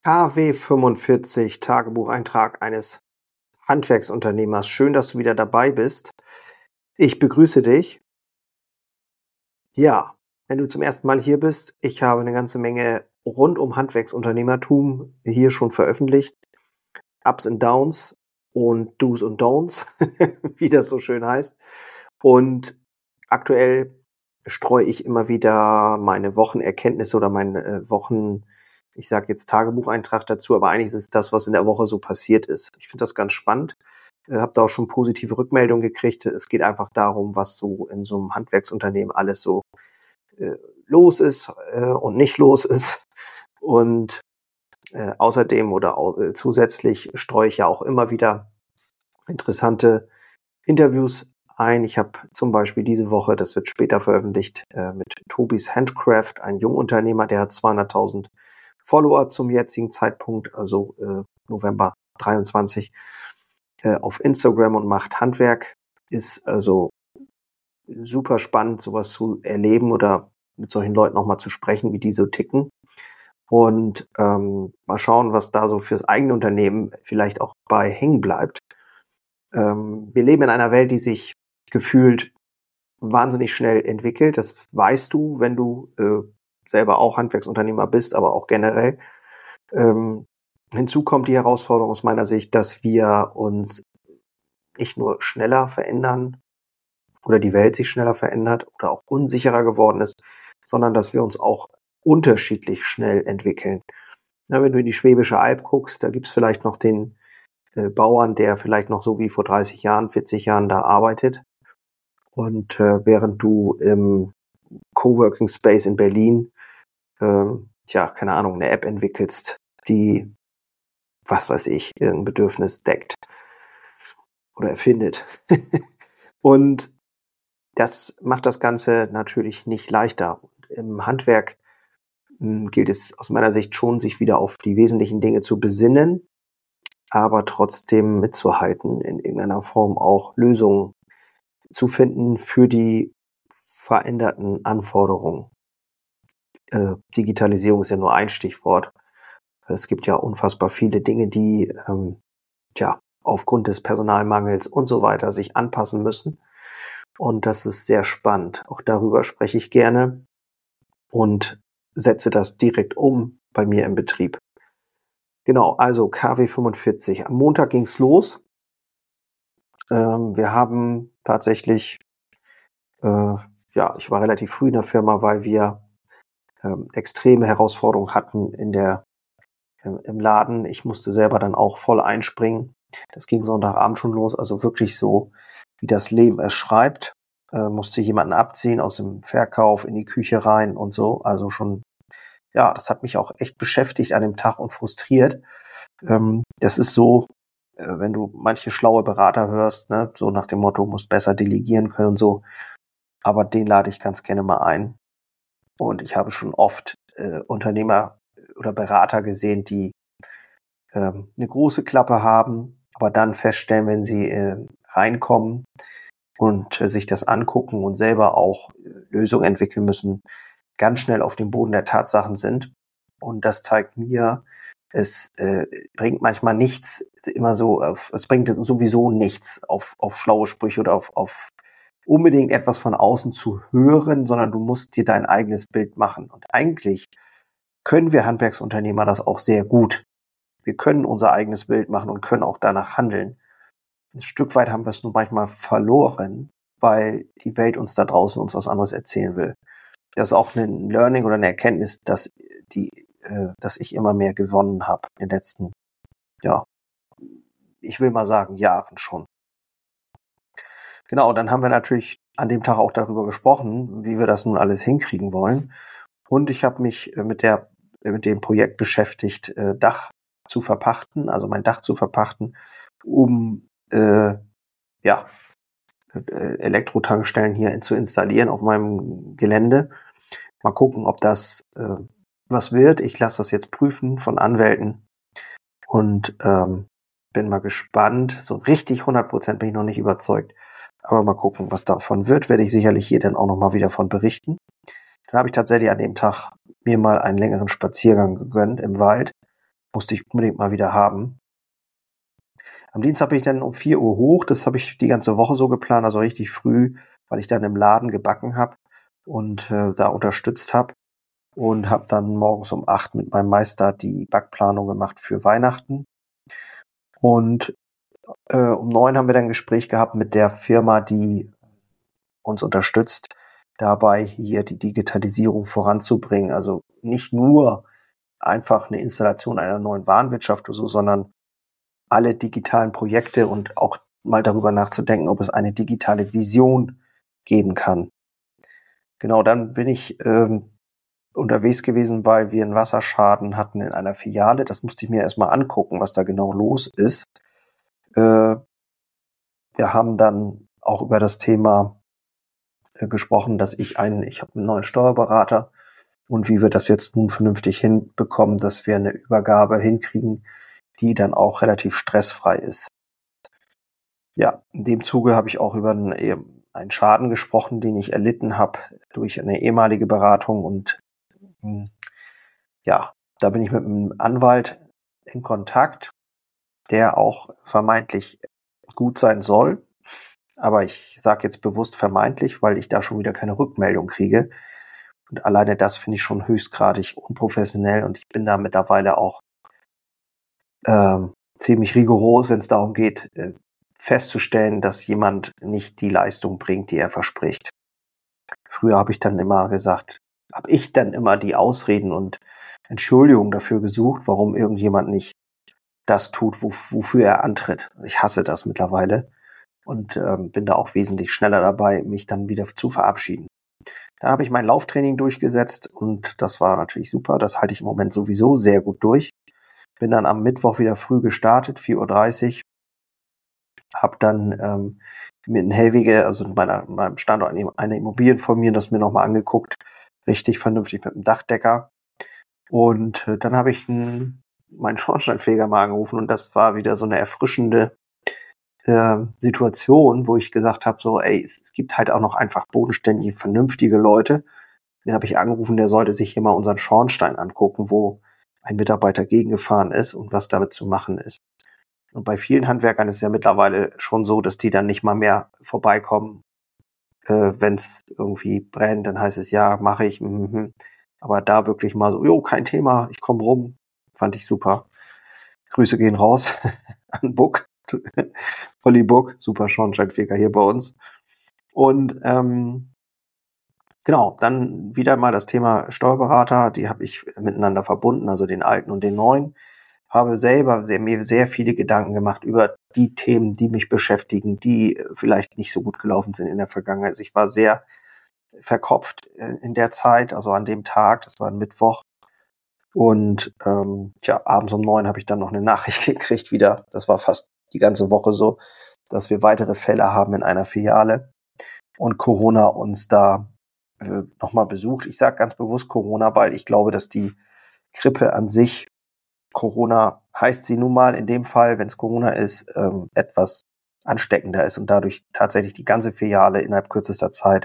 KW 45, Tagebucheintrag eines Handwerksunternehmers. Schön, dass du wieder dabei bist. Ich begrüße dich. Ja, wenn du zum ersten Mal hier bist, ich habe eine ganze Menge rund um Handwerksunternehmertum hier schon veröffentlicht. Ups and Downs und Do's und Don'ts, wie das so schön heißt. Und aktuell streue ich immer wieder meine Wochenerkenntnisse oder meine ich sage jetzt Tagebucheintrag dazu, aber eigentlich ist es das, was in der Woche so passiert ist. Ich finde das ganz spannend. Habe da auch schon positive Rückmeldungen gekriegt. Es geht einfach darum, was so in so einem Handwerksunternehmen alles so los ist und nicht los ist. Und außerdem oder zusätzlich streue ich ja auch immer wieder interessante Interviews ein. Ich habe zum Beispiel diese Woche, das wird später veröffentlicht, mit Tobis Handcraft, ein Jungunternehmer, der hat 200.000 Follower zum jetzigen Zeitpunkt, also November 23, auf Instagram und macht Handwerk. Ist also super spannend, sowas zu erleben oder mit solchen Leuten auch mal zu sprechen, wie die so ticken. Und mal schauen, was da so fürs eigene Unternehmen vielleicht auch bei hängen bleibt. Wir leben in einer Welt, die sich gefühlt wahnsinnig schnell entwickelt. Das weißt du, wenn du selber auch Handwerksunternehmer bist, aber auch generell. Hinzu kommt die Herausforderung aus meiner Sicht, dass wir uns nicht nur schneller verändern oder die Welt sich schneller verändert oder auch unsicherer geworden ist, sondern dass wir uns auch unterschiedlich schnell entwickeln. Ja, wenn du in die Schwäbische Alb guckst, da gibt's vielleicht noch den Bauern, der vielleicht noch so wie vor 30 Jahren, 40 Jahren da arbeitet. Und während du im Coworking Space in Berlin, keine Ahnung, eine App entwickelst, die, was weiß ich, irgendein Bedürfnis deckt oder erfindet. Und das macht das Ganze natürlich nicht leichter. Und im Handwerk gilt es aus meiner Sicht schon, sich wieder auf die wesentlichen Dinge zu besinnen, aber trotzdem mitzuhalten, in irgendeiner Form auch Lösungen zu finden für die veränderten Anforderungen. Digitalisierung ist ja nur ein Stichwort. Es gibt ja unfassbar viele Dinge, die aufgrund des Personalmangels und so weiter sich anpassen müssen. Und das ist sehr spannend. Auch darüber spreche ich gerne und setze das direkt um bei mir im Betrieb. Genau, also KW 45. Am Montag ging's los. Wir haben tatsächlich, ich war relativ früh in der Firma, weil wir extreme Herausforderungen hatten im Laden. Ich musste selber dann auch voll einspringen. Das ging Sonntagabend schon los, also wirklich so, wie das Leben es schreibt. Musste jemanden abziehen aus dem Verkauf in die Küche rein und so. Also schon, ja, das hat mich auch echt beschäftigt an dem Tag und frustriert. Das ist so, wenn du manche schlaue Berater hörst, ne, so nach dem Motto, musst besser delegieren können und so. Aber den lade ich ganz gerne mal ein. Und ich habe schon oft Unternehmer oder Berater gesehen, die eine große Klappe haben, aber dann feststellen, wenn sie reinkommen und sich das angucken und selber auch Lösungen entwickeln müssen, ganz schnell auf dem Boden der Tatsachen sind. Und das zeigt mir, es bringt manchmal nichts, es bringt sowieso nichts auf schlaue Sprüche oder auf unbedingt etwas von außen zu hören, sondern du musst dir dein eigenes Bild machen. Und eigentlich können wir Handwerksunternehmer das auch sehr gut. Wir können unser eigenes Bild machen und können auch danach handeln. Ein Stück weit haben wir es nur manchmal verloren, weil die Welt uns da draußen uns was anderes erzählen will. Das ist auch ein Learning oder eine Erkenntnis, dass ich immer mehr gewonnen habe in den letzten, ich will mal sagen, Jahren schon. Genau, dann haben wir natürlich an dem Tag auch darüber gesprochen, wie wir das nun alles hinkriegen wollen. Und ich habe mich mit dem Projekt beschäftigt, Dach zu verpachten, also mein Dach zu verpachten, um Elektrotankstellen hier zu installieren auf meinem Gelände. Mal gucken, ob das was wird. Ich lasse das jetzt prüfen von Anwälten und bin mal gespannt. So richtig 100% bin ich noch nicht überzeugt. Aber mal gucken, was davon wird. Werde ich sicherlich hier dann auch nochmal wieder von berichten. Dann habe ich tatsächlich an dem Tag mir mal einen längeren Spaziergang gegönnt im Wald. musste ich unbedingt mal wieder haben. Am Dienstag bin ich dann um 4 Uhr hoch. Das habe ich die ganze Woche so geplant, also richtig früh, weil ich dann im Laden gebacken habe und da unterstützt habe. Und habe dann morgens um 8 mit meinem Meister die Backplanung gemacht für Weihnachten. Und um 9 haben wir dann ein Gespräch gehabt mit der Firma, die uns unterstützt, dabei hier die Digitalisierung voranzubringen. Also nicht nur einfach eine Installation einer neuen Warenwirtschaft oder so, sondern alle digitalen Projekte und auch mal darüber nachzudenken, ob es eine digitale Vision geben kann. Genau, dann bin ich unterwegs gewesen, weil wir einen Wasserschaden hatten in einer Filiale. Das musste ich mir erstmal angucken, was da genau los ist. Wir haben dann auch über das Thema gesprochen, dass ich habe einen neuen Steuerberater und wie wir das jetzt nun vernünftig hinbekommen, dass wir eine Übergabe hinkriegen, die dann auch relativ stressfrei ist. Ja, in dem Zuge habe ich auch über einen Schaden gesprochen, den ich erlitten habe durch eine ehemalige Beratung und ja, da bin ich mit einem Anwalt in Kontakt, der auch vermeintlich gut sein soll. Aber ich sage jetzt bewusst vermeintlich, weil ich da schon wieder keine Rückmeldung kriege. Und alleine das finde ich schon höchstgradig unprofessionell. Und ich bin da mittlerweile auch ziemlich rigoros, wenn es darum geht, festzustellen, dass jemand nicht die Leistung bringt, die er verspricht. Früher habe ich dann immer die Ausreden und Entschuldigungen dafür gesucht, warum irgendjemand nicht das tut, wofür er antritt. Ich hasse das mittlerweile und bin da auch wesentlich schneller dabei, mich dann wieder zu verabschieden. Dann habe ich mein Lauftraining durchgesetzt und das war natürlich super. Das halte ich im Moment sowieso sehr gut durch. Bin dann am Mittwoch wieder früh gestartet, 4:30 Uhr. Habe dann mit einem Hellwege, also meinem Standort eine Immobilien von mir, das mir nochmal angeguckt, richtig vernünftig mit dem Dachdecker. Und dann habe ich meinen Schornsteinfeger mal angerufen und das war wieder so eine erfrischende Situation, wo ich gesagt habe, so, ey, es gibt halt auch noch einfach bodenständige, vernünftige Leute. Den habe ich angerufen, der sollte sich hier mal unseren Schornstein angucken, wo ein Mitarbeiter gegengefahren ist und was damit zu machen ist. Und bei vielen Handwerkern ist es ja mittlerweile schon so, dass die dann nicht mal mehr vorbeikommen, wenn es irgendwie brennt, dann heißt es, ja, mache ich. Aber da wirklich mal so, jo, kein Thema, ich komme rum. Fand ich super. Grüße gehen raus an Buck, Olli Buck, super Schornsteinfeger hier bei uns. Und genau, dann wieder mal das Thema Steuerberater, die habe ich miteinander verbunden, also den alten und den neuen. Habe selber mir sehr viele Gedanken gemacht über die Themen, die mich beschäftigen, die vielleicht nicht so gut gelaufen sind in der Vergangenheit. Also ich war sehr verkopft in der Zeit, also an dem Tag, das war ein Mittwoch. Und abends um 9 habe ich dann noch eine Nachricht gekriegt wieder. Das war fast die ganze Woche so, dass wir weitere Fälle haben in einer Filiale und Corona uns da nochmal besucht. Ich sage ganz bewusst Corona, weil ich glaube, dass die Grippe an sich, Corona heißt sie nun mal in dem Fall, wenn es Corona ist, etwas ansteckender ist und dadurch tatsächlich die ganze Filiale innerhalb kürzester Zeit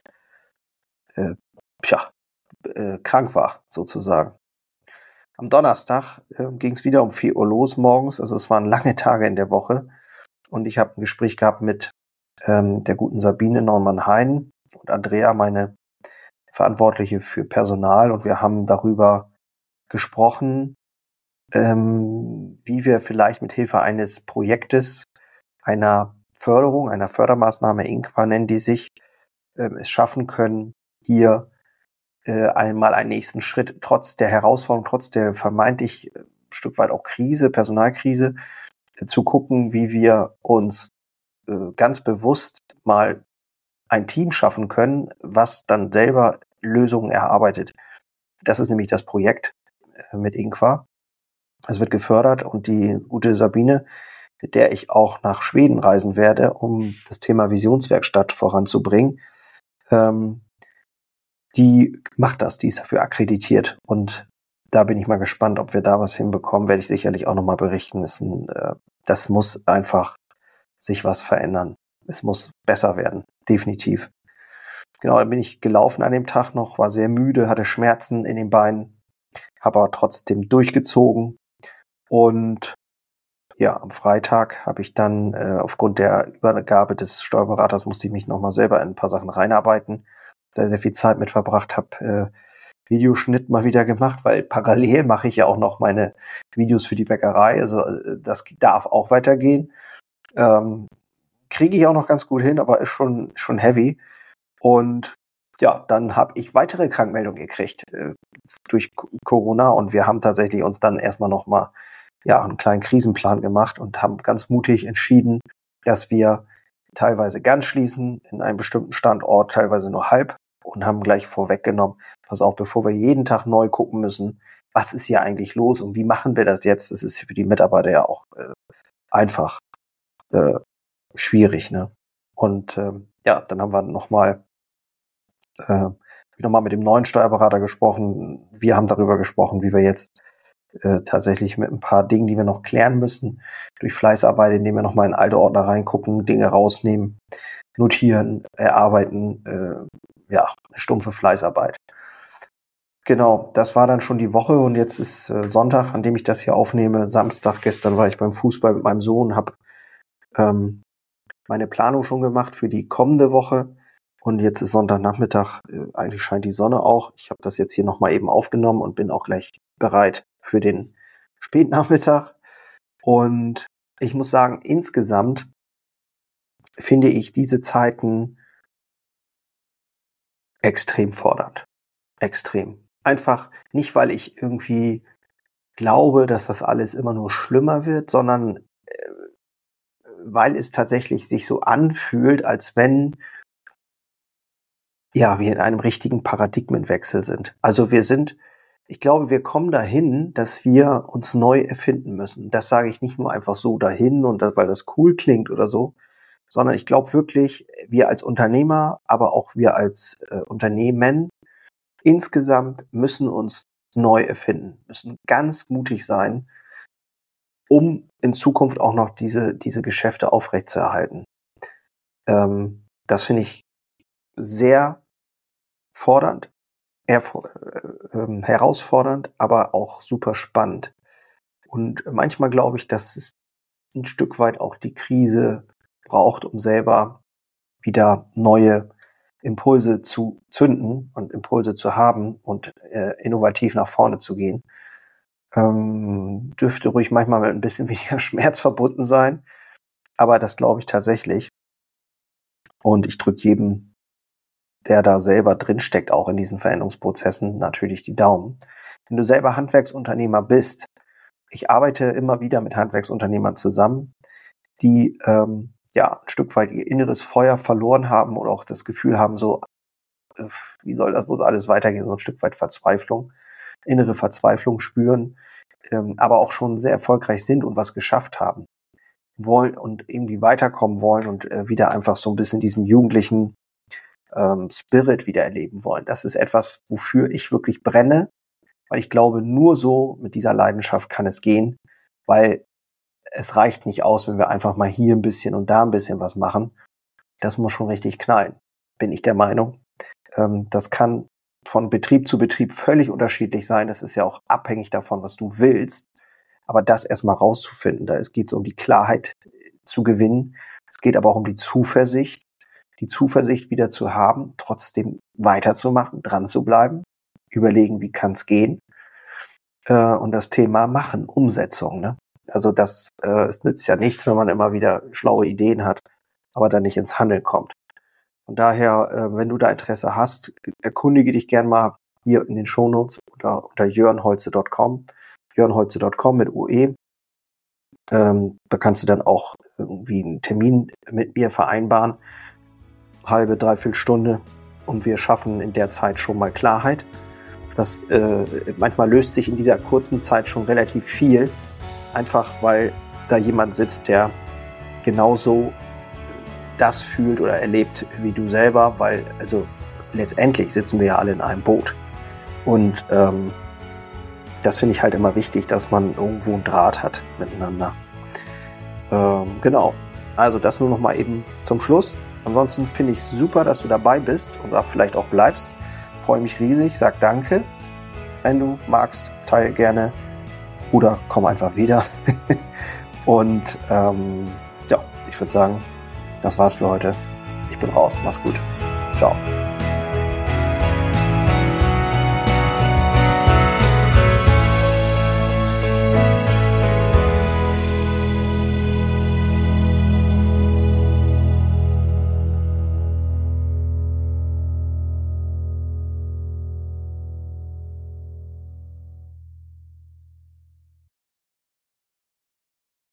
krank war, sozusagen. Am Donnerstag ging es wieder um 4 Uhr los morgens, also es waren lange Tage in der Woche und ich habe ein Gespräch gehabt mit der guten Sabine Neumann-Hein und Andrea, meine Verantwortliche für Personal, und wir haben darüber gesprochen, wie wir vielleicht mit Hilfe eines Projektes, einer Förderung, einer Fördermaßnahme, INQUA nennen die sich, es schaffen können, hier einmal einen nächsten Schritt trotz der Herausforderung, trotz der vermeintlich Stück weit auch Personalkrise, zu gucken, wie wir uns ganz bewusst mal ein Team schaffen können, was dann selber Lösungen erarbeitet. Das ist nämlich das Projekt mit INQUA. Es wird gefördert und die gute Sabine, mit der ich auch nach Schweden reisen werde, um das Thema Visionswerkstatt voranzubringen, die macht das, die ist dafür akkreditiert und da bin ich mal gespannt, ob wir da was hinbekommen, werde ich sicherlich auch nochmal berichten. Das muss einfach sich was verändern. Es muss besser werden, definitiv. Genau, dann bin ich gelaufen an dem Tag noch, war sehr müde, hatte Schmerzen in den Beinen, habe aber trotzdem durchgezogen Und ja, am Freitag habe ich dann aufgrund der Übergabe des Steuerberaters musste ich mich nochmal selber in ein paar Sachen reinarbeiten, da sehr viel Zeit mit verbracht habe, Videoschnitt mal wieder gemacht, weil parallel mache ich ja auch noch meine Videos für die Bäckerei, also das darf auch weitergehen. Kriege ich auch noch ganz gut hin, aber ist schon heavy. Und ja, dann habe ich weitere Krankmeldungen gekriegt durch Corona und wir haben tatsächlich uns dann erstmal nochmal einen kleinen Krisenplan gemacht und haben ganz mutig entschieden, dass wir teilweise ganz schließen in einem bestimmten Standort, teilweise nur halb und haben gleich vorweggenommen, pass auf, bevor wir jeden Tag neu gucken müssen, was ist hier eigentlich los und wie machen wir das jetzt? Das ist für die Mitarbeiter ja auch einfach schwierig, ne? Und dann haben wir nochmal mit dem neuen Steuerberater gesprochen. Wir haben darüber gesprochen, wie wir jetzt tatsächlich mit ein paar Dingen, die wir noch klären müssen, durch Fleißarbeit, indem wir nochmal in alte Ordner reingucken, Dinge rausnehmen, notieren, erarbeiten, eine stumpfe Fleißarbeit. Genau, das war dann schon die Woche und jetzt ist Sonntag, an dem ich das hier aufnehme. Samstag, gestern war ich beim Fußball mit meinem Sohn, habe meine Planung schon gemacht für die kommende Woche. Und jetzt ist Sonntagnachmittag, eigentlich scheint die Sonne auch. Ich habe das jetzt hier nochmal eben aufgenommen und bin auch gleich bereit für den Spätnachmittag. Und ich muss sagen, insgesamt finde ich diese Zeiten extrem fordernd. Extrem. Einfach nicht, weil ich irgendwie glaube, dass das alles immer nur schlimmer wird, sondern weil es tatsächlich sich so anfühlt, als wenn wir in einem richtigen Paradigmenwechsel sind. Also ich glaube, wir kommen dahin, dass wir uns neu erfinden müssen. Das sage ich nicht nur einfach so dahin und weil das cool klingt oder so, sondern ich glaube wirklich, wir als Unternehmer, aber auch wir als Unternehmen insgesamt müssen uns neu erfinden, müssen ganz mutig sein, um in Zukunft auch noch diese Geschäfte aufrechtzuerhalten. Das finde ich sehr fordernd, herausfordernd, aber auch super spannend. Und manchmal glaube ich, dass es ein Stück weit auch die Krise braucht, um selber wieder neue Impulse zu zünden und Impulse zu haben und innovativ nach vorne zu gehen. Dürfte ruhig manchmal mit ein bisschen weniger Schmerz verbunden sein, aber das glaube ich tatsächlich. Und ich drücke jedem, der da selber drinsteckt, auch in diesen Veränderungsprozessen, natürlich die Daumen. Wenn du selber Handwerksunternehmer bist, ich arbeite immer wieder mit Handwerksunternehmern zusammen, die ein Stück weit ihr inneres Feuer verloren haben oder auch das Gefühl haben, so, wie soll das bloß alles weitergehen, so ein Stück weit Verzweiflung, innere Verzweiflung spüren, aber auch schon sehr erfolgreich sind und was geschafft haben wollen und irgendwie weiterkommen wollen und wieder einfach so ein bisschen diesen jugendlichen Spirit wieder erleben wollen. Das ist etwas, wofür ich wirklich brenne, weil ich glaube, nur so mit dieser Leidenschaft kann es gehen, weil es reicht nicht aus, wenn wir einfach mal hier ein bisschen und da ein bisschen was machen. Das muss schon richtig knallen, bin ich der Meinung. Das kann von Betrieb zu Betrieb völlig unterschiedlich sein. Das ist ja auch abhängig davon, was du willst. Aber das erstmal rauszufinden, geht es um die Klarheit zu gewinnen. Es geht aber auch um die Zuversicht wieder zu haben, trotzdem weiterzumachen, dran zu bleiben, überlegen, wie kann es gehen. Und das Thema machen, Umsetzung. Ne? Also es nützt ja nichts, wenn man immer wieder schlaue Ideen hat, aber dann nicht ins Handeln kommt. Von daher, wenn du da Interesse hast, erkundige dich gern mal hier in den Shownotes oder unter jörnholze.com, jörnholze.com mit UE. Da kannst du dann auch irgendwie einen Termin mit mir vereinbaren, halbe, dreiviertel Stunde, und wir schaffen in der Zeit schon mal Klarheit. Das manchmal löst sich in dieser kurzen Zeit schon relativ viel, einfach weil da jemand sitzt, der genauso das fühlt oder erlebt wie du selber, weil also letztendlich sitzen wir ja alle in einem Boot. Und das finde ich halt immer wichtig, dass man irgendwo einen Draht hat miteinander. Genau. Also das nur noch mal eben zum Schluss. Ansonsten finde ich es super, dass du dabei bist und da vielleicht auch bleibst. Freue mich riesig, sag danke. Wenn du magst, teile gerne oder komm einfach wieder. Und ja, ich würde sagen, das war's für heute. Ich bin raus. Mach's gut. Ciao.